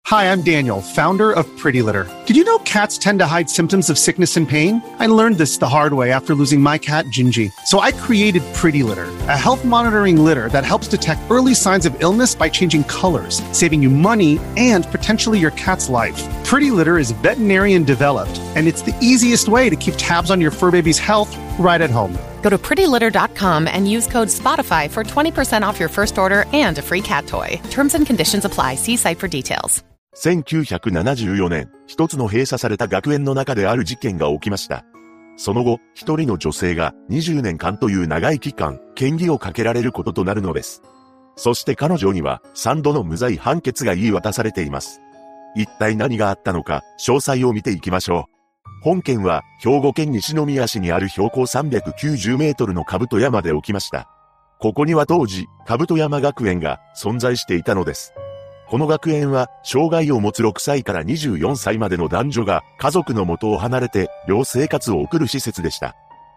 Hi, I'm Daniel, founder of Pretty Litter. Did you know cats tend to hide symptoms of sickness and pain? I learned this the hard way after losing my cat, Gingy. So I created Pretty Litter, a health monitoring litter that helps detect early signs of illness by changing colors, saving you money and potentially your cat's life. Pretty Litter is veterinarian developed, and it's the easiest way to keep tabs on your fur baby's health right at home. Go to prettylitter.com and use code SPOTIFY for 20% off your first order and a free cat toy. Terms and conditions apply. See site for details. 1974年、一つの閉鎖された学園の中である事件が起きました。その後、一人の女性が20年間という長い期間、嫌疑をかけられることとなるのです。そして彼女には3度の無罪判決が言い渡されています。一体何があったのか、詳細を見ていきましょう。本件は、兵庫県西宮市にある標高390メートルの兜山で起きました。ここには当時、兜山学園が存在していたのです。この学園は、障害を持つ6歳から24歳までの男女が家族の元を離れて寮生活を送る施設でした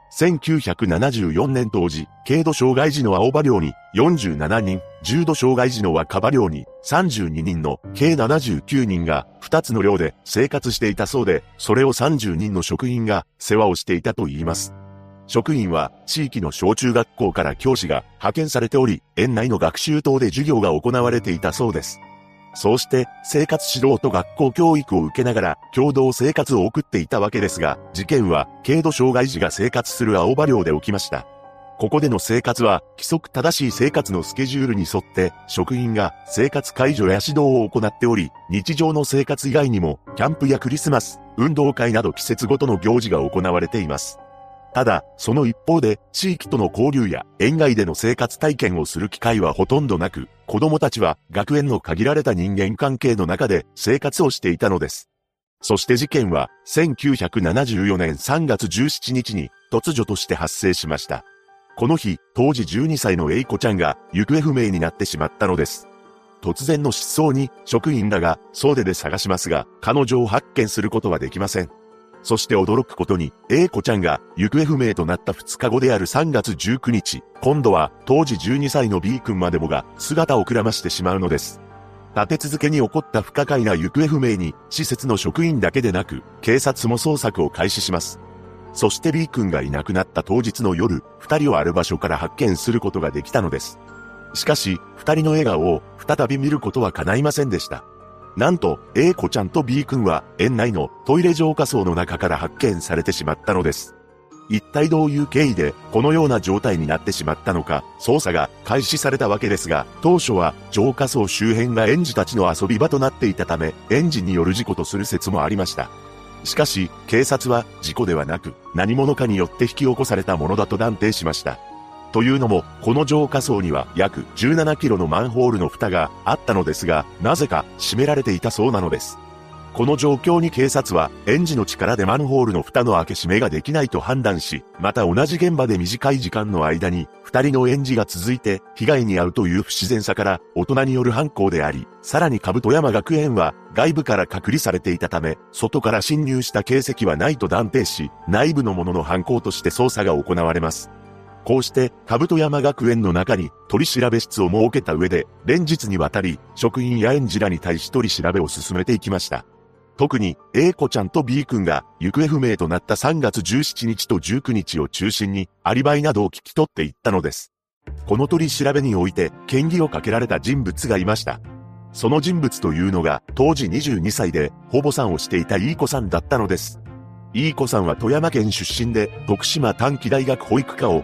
。1974年当時、軽度障害児の青葉寮に47人、重度障害児の若葉寮に32人の計79人が2つの寮で生活していたそうで、それを30人の職員が世話をしていたといいます。職員は地域の小中学校から教師が派遣されており、園内の学習棟で授業が行われていたそうです。そうして生活指導と学校教育を受けながら共同生活を送っていたわけですが、事件は軽度障害児が生活する青葉寮で起きました。ここでの生活は規則正しい生活のスケジュールに沿って職員が生活介助や指導を行っており、日常の生活以外にもキャンプやクリスマス、運動会など季節ごとの行事が行われています。ただ、その一方で、地域との交流や園外での生活体験をする機会はほとんどなく、子供たちは学園の限られた人間関係の中で生活をしていたのです。そして事件は、1974年3月17日に突如として発生しました。この日、当時12歳のエイコちゃんが行方不明になってしまったのです。突然の失踪に職員らが総出で探しますが、彼女を発見することはできません。そして驚くことに、A子ちゃんが行方不明となった2日後である3月19日、今度は当時12歳の B 君までもが姿をくらましてしまうのです。立て続けに起こった不可解な行方不明に、施設の職員だけでなく、警察も捜索を開始します。そして B 君がいなくなった当日の夜、2人をある場所から発見することができたのです。しかし、2人の笑顔を再び見ることは叶いませんでした。なんと、A 子ちゃんと B 君は園内のトイレ浄化槽の中から発見されてしまったのです。一体どういう経緯でこのような状態になってしまったのか、捜査が開始されたわけですが、当初は浄化槽周辺が園児たちの遊び場となっていたため、園児による事故とする説もありました。しかし、警察は事故ではなく、何者かによって引き起こされたものだと断定しました。というのも、この浄化槽には約17キロのマンホールの蓋があったのですが、なぜか閉められていたそうなのです。この状況に警察は、園児の力でマンホールの蓋の開け閉めができないと判断し、また同じ現場で短い時間の間に、2人の園児が続いて、被害に遭うという不自然さから、大人による犯行であり、さらに兜山学園は、外部から隔離されていたため、外から侵入した形跡はないと断定し、内部のものの犯行として捜査が行われます。こうして、兜山学園の中に取り調べ室を設けた上で、連日にわたり、職員や園児らに対し取り調べを進めていきました。特に、A 子ちゃんと B 君が行方不明となった3月17日と19日を中心に、アリバイなどを聞き取っていったのです。この取り調べにおいて、嫌疑をかけられた人物がいました。その人物というのが、当時22歳で、保母さんをしていた E 子さんだったのです。E 子さんは富山県出身で、徳島短期大学保育科を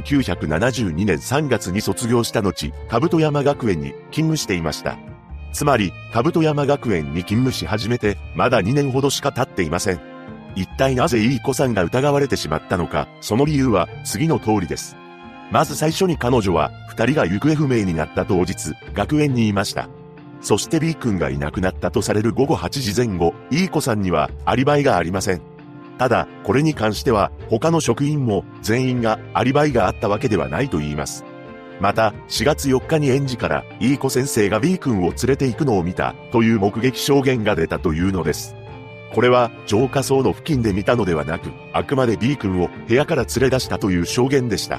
1972年3月に卒業した後、兜山学園に勤務していました。つまり、兜山学園に勤務し始めて、まだ2年ほどしか経っていません。一体なぜ E 子さんが疑われてしまったのか、その理由は次の通りです。まず最初に彼女は、2人が行方不明になった当日、学園にいました。そして B 君がいなくなったとされる午後8時前後、E 子さんにはアリバイがありません。ただ、これに関しては、他の職員も全員がアリバイがあったわけではないと言います。また、4月4日に園児から、E 子先生が B 君を連れて行くのを見た、という目撃証言が出たというのです。これは、浄化槽の付近で見たのではなく、あくまで B 君を部屋から連れ出したという証言でした。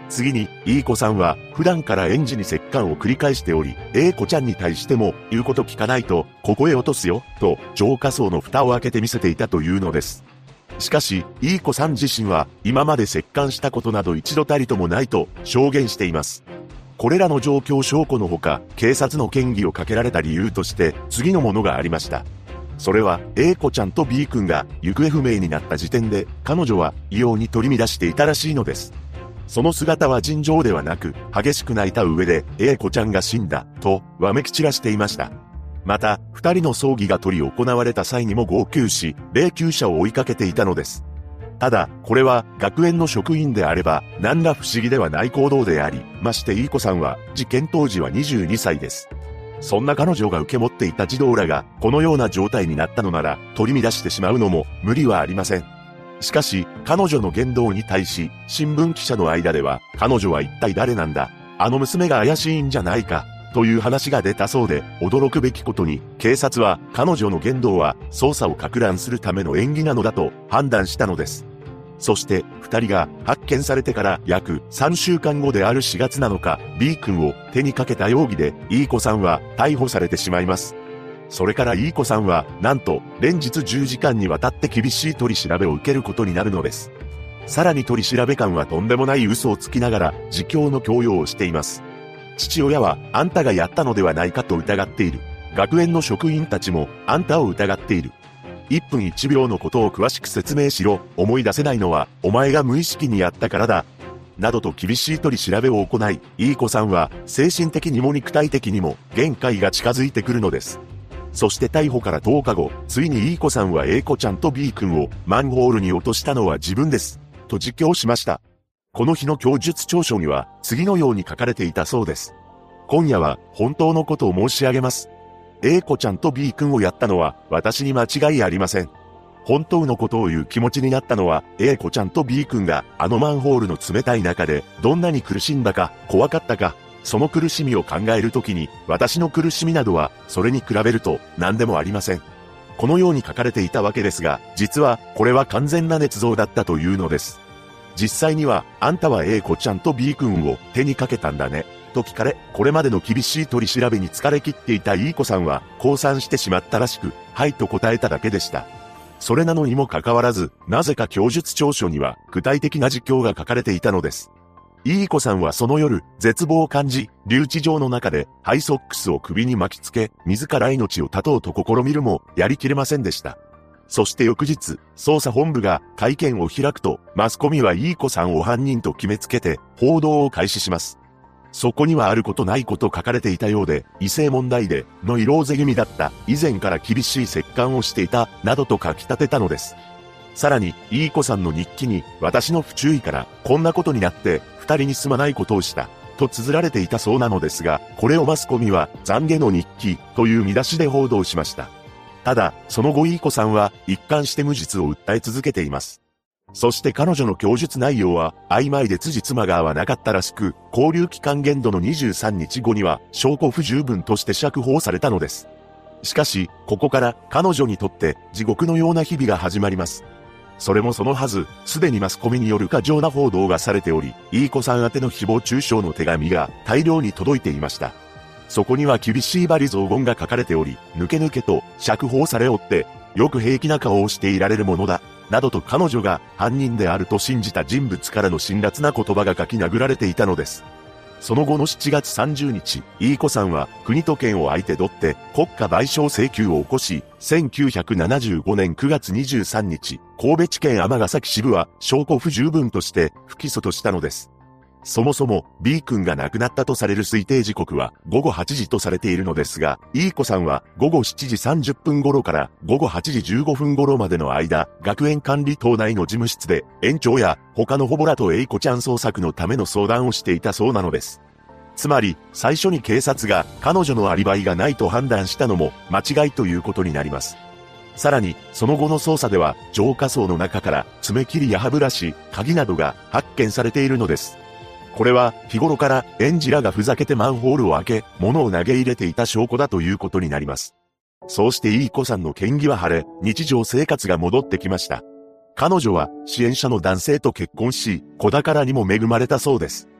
次に、いい子さんは、普段から園児に折檻を繰り返しており、A子ちゃんに対しても、言うこと聞かないと、ここへ落とすよ、と、浄化槽の蓋を開けて見せていたというのです。しかし、いい子さん自身は、今まで折檻したことなど一度たりともないと、証言しています。これらの状況証拠のほか、警察の嫌疑をかけられた理由として、次のものがありました。それは、A子ちゃんと B 君が行方不明になった時点で、彼女は異様に取り乱していたらしいのです。その姿は尋常ではなく、激しく泣いた上で、A子ちゃんが死んだ、と、わめき散らしていました。また、二人の葬儀が執り行われた際にも号泣し、霊柩車を追いかけていたのです。ただ、これは、学園の職員であれば、何ら不思議ではない行動であり、ましていい子さんは、事件当時は22歳です。そんな彼女が受け持っていた児童らが、このような状態になったのなら、取り乱してしまうのも、無理はありません。しかし、彼女の言動に対し、新聞記者の間では、彼女は一体誰なんだ？あの娘が怪しいんじゃないか？という話が出たそうで、驚くべきことに、警察は、彼女の言動は、捜査を撹乱するための演技なのだと、判断したのです。そして、二人が発見されてから約3週間後である4月7日、B 君を手にかけた容疑で、いい子さんは逮捕されてしまいます。それからいい子さんは、なんと、連日10時間にわたって厳しい取り調べを受けることになるのです。さらに取り調べ官はとんでもない嘘をつきながら、自供の強要をしています。父親は、あんたがやったのではないかと疑っている。学園の職員たちも、あんたを疑っている。1分1秒のことを詳しく説明しろ。思い出せないのは、お前が無意識にやったからだ。などと厳しい取り調べを行い、いい子さんは、精神的にも肉体的にも、限界が近づいてくるのです。そして逮捕から10日後、ついにいい子さんは A 子ちゃんと B 君をマンホールに落としたのは自分です。と自供しました。この日の供述調書には次のように書かれていたそうです。今夜は本当のことを申し上げます。A 子ちゃんと B 君をやったのは私に間違いありません。本当のことを言う気持ちになったのは A 子ちゃんと B 君があのマンホールの冷たい中でどんなに苦しんだか怖かったか、その苦しみを考えるときに私の苦しみなどはそれに比べると何でもありません。このように書かれていたわけですが、実はこれは完全な捏造だったというのです。実際にはあんたは A 子ちゃんと B 君を手にかけたんだね。と聞かれ、これまでの厳しい取り調べに疲れ切っていたいい子さんは、降参してしまったらしく、はいと答えただけでした。それなのにもかかわらず、なぜか供述調書には、具体的な実況が書かれていたのです。いい子さんはその夜、絶望を感じ、留置場の中で、ハイソックスを首に巻きつけ、自ら命を絶とうと試みるも、やりきれませんでした。そして翌日、捜査本部が会見を開くと、マスコミはいい子さんを犯人と決めつけて、報道を開始します。そこにはあることないこと書かれていたようで、異性問題で、ノイローゼ気味だった、以前から厳しい折檻をしていた、などと書き立てたのです。さらに、いい子さんの日記に、私の不注意から、こんなことになって、二人にすまないことをした、と綴られていたそうなのですが、これをマスコミは、懺悔の日記、という見出しで報道しました。ただ、その後いい子さんは、一貫して無実を訴え続けています。そして彼女の供述内容は曖昧で辻褄が合わなかったらしく、勾留期間限度の23日後には証拠不十分として釈放されたのです。しかし、ここから彼女にとって地獄のような日々が始まります。それもそのはず、すでにマスコミによる過剰な報道がされており、いい子さん宛ての誹謗中傷の手紙が大量に届いていました。そこには厳しい罵詈雑言が書かれており、ぬけぬけと釈放されおって、よく平気な顔をしていられるものだ。などと彼女が犯人であると信じた人物からの辛辣な言葉が書き殴られていたのです。その後の7月30日、いい子さんは国と県を相手取って国家賠償請求を起こし、1975年9月23日、神戸地検尼崎支部は証拠不十分として不起訴としたのです。そもそも B 君が亡くなったとされる推定時刻は午後8時とされているのですが、いい子さんは午後7時30分頃から午後8時15分頃までの間、学園管理棟内の事務室で園長や他の保母らと A 子ちゃん捜索のための相談をしていたそうなのです。つまり、最初に警察が彼女のアリバイがないと判断したのも間違いということになります。さらに、その後の捜査では浄化槽の中から爪切りや歯ブラシ、鍵などが発見されているのです。これは日頃から園児らがふざけてマンホールを開け、物を投げ入れていた証拠だということになります。そうしていい子さんの嫌疑は晴れ、日常生活が戻ってきました。彼女は支援者の男性と結婚し、子宝にも恵まれたそうです。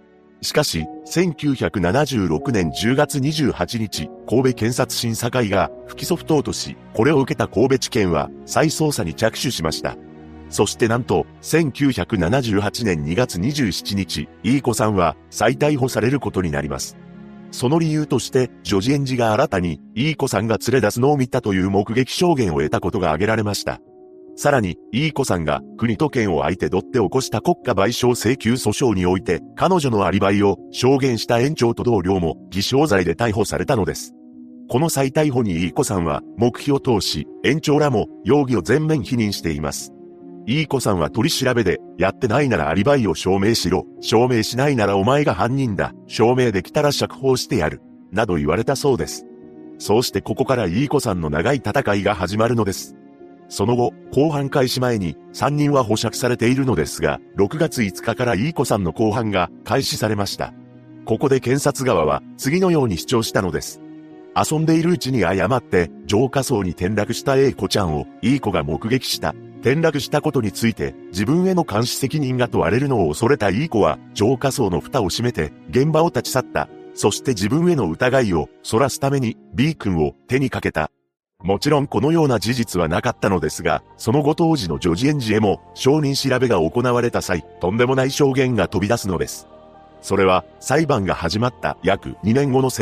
しかし、1976年10月28日、神戸検察審査会が不起訴不当とし、これを受けた神戸地検は再捜査に着手しました。そしてなんと、1978年2月27日、イーコさんは再逮捕されることになります。その理由として、ジョジエンジが新たに、イーコさんが連れ出すのを見たという目撃証言を得たことが挙げられました。さらに、イーコさんが国と県を相手取って起こした国家賠償請求訴訟において、彼女のアリバイを証言した園長と同僚も偽証罪で逮捕されたのです。この再逮捕にイーコさんは黙秘を通し、園長らも容疑を全面否認しています。イーコさんは取り調べで、やってないならアリバイを証明しろ、証明しないならお前が犯人だ、証明できたら釈放してやる、など言われたそうです。そうしてここからイーコさんの長い戦いが始まるのです。その後、公判開始前に3人は保釈されているのですが、6月5日からイーコさんの公判が開始されました。ここで検察側は次のように主張したのです。遊んでいるうちに誤って浄化槽に転落したA子ちゃんをイーコが目撃した。転落したことについて自分への監視責任が問われるのを恐れたイーコは浄化槽の蓋を閉めて現場を立ち去った。そして自分への疑いをそらすために B 君を手にかけた。もちろんこのような事実はなかったのですが、その後当時のジョジエンジへも証人調べが行われた際、とんでもない証言が飛び出すのです。それは裁判が始まった約2年後の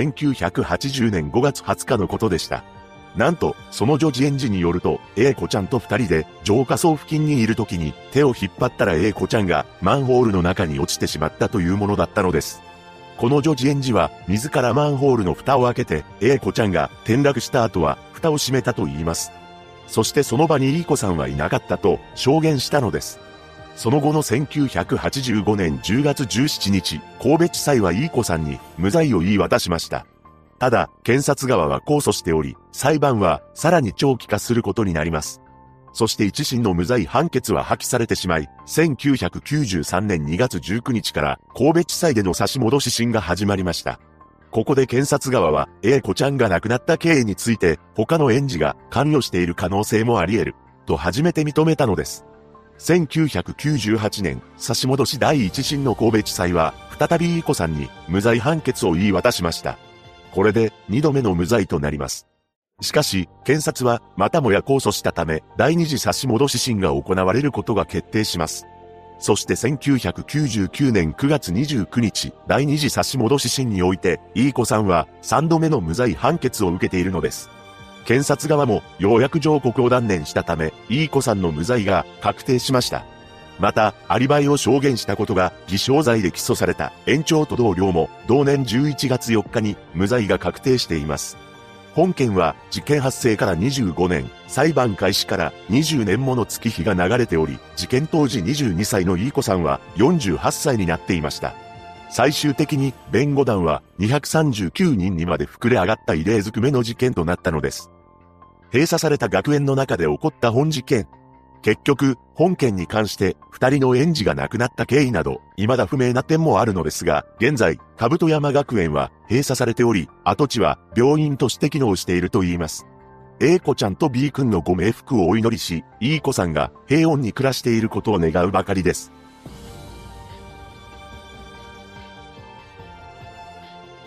1980年5月20日のことでした。なんと、そのジョジエンジによると、A子ちゃんと二人で浄化槽付近にいる時に手を引っ張ったら A子ちゃんがマンホールの中に落ちてしまったというものだったのです。このジョジエンジは自らマンホールの蓋を開けて A子ちゃんが転落した後は蓋を閉めたと言います。そしてその場にイーコさんはいなかったと証言したのです。その後の1985年10月17日、神戸地裁はイーコさんに無罪を言い渡しました。ただ、検察側は控訴しており、裁判はさらに長期化することになります。そして一審の無罪判決は破棄されてしまい、1993年2月19日から神戸地裁での差し戻し審が始まりました。ここで検察側は A 子ちゃんが亡くなった経緯について他の園児が関与している可能性もあり得ると初めて認めたのです。1998年差し戻し第一審の神戸地裁は再びイーコさんに無罪判決を言い渡しました。これで2度目の無罪となります。しかし、検察はまたもや控訴したため、第二次差し戻し審が行われることが決定します。そして1999年9月29日、第二次差し戻し審において、イーコさんは3度目の無罪判決を受けているのです。検察側もようやく上告を断念したため、イーコさんの無罪が確定しました。また、アリバイを証言したことが偽証罪で起訴された園長と同僚も同年11月4日に無罪が確定しています。本件は事件発生から25年、裁判開始から20年もの月日が流れており、事件当時22歳のイーコさんは48歳になっていました。最終的に弁護団は239人にまで膨れ上がった異例づくめの事件となったのです。閉鎖された学園の中で起こった本事件。結局、本件に関して2人の園児が亡くなった経緯など、未だ不明な点もあるのですが、現在、兜山学園は閉鎖されており、跡地は病院として機能しているといいます。A 子ちゃんと B 君のご冥福をお祈りし、イーコさんが平穏に暮らしていることを願うばかりです。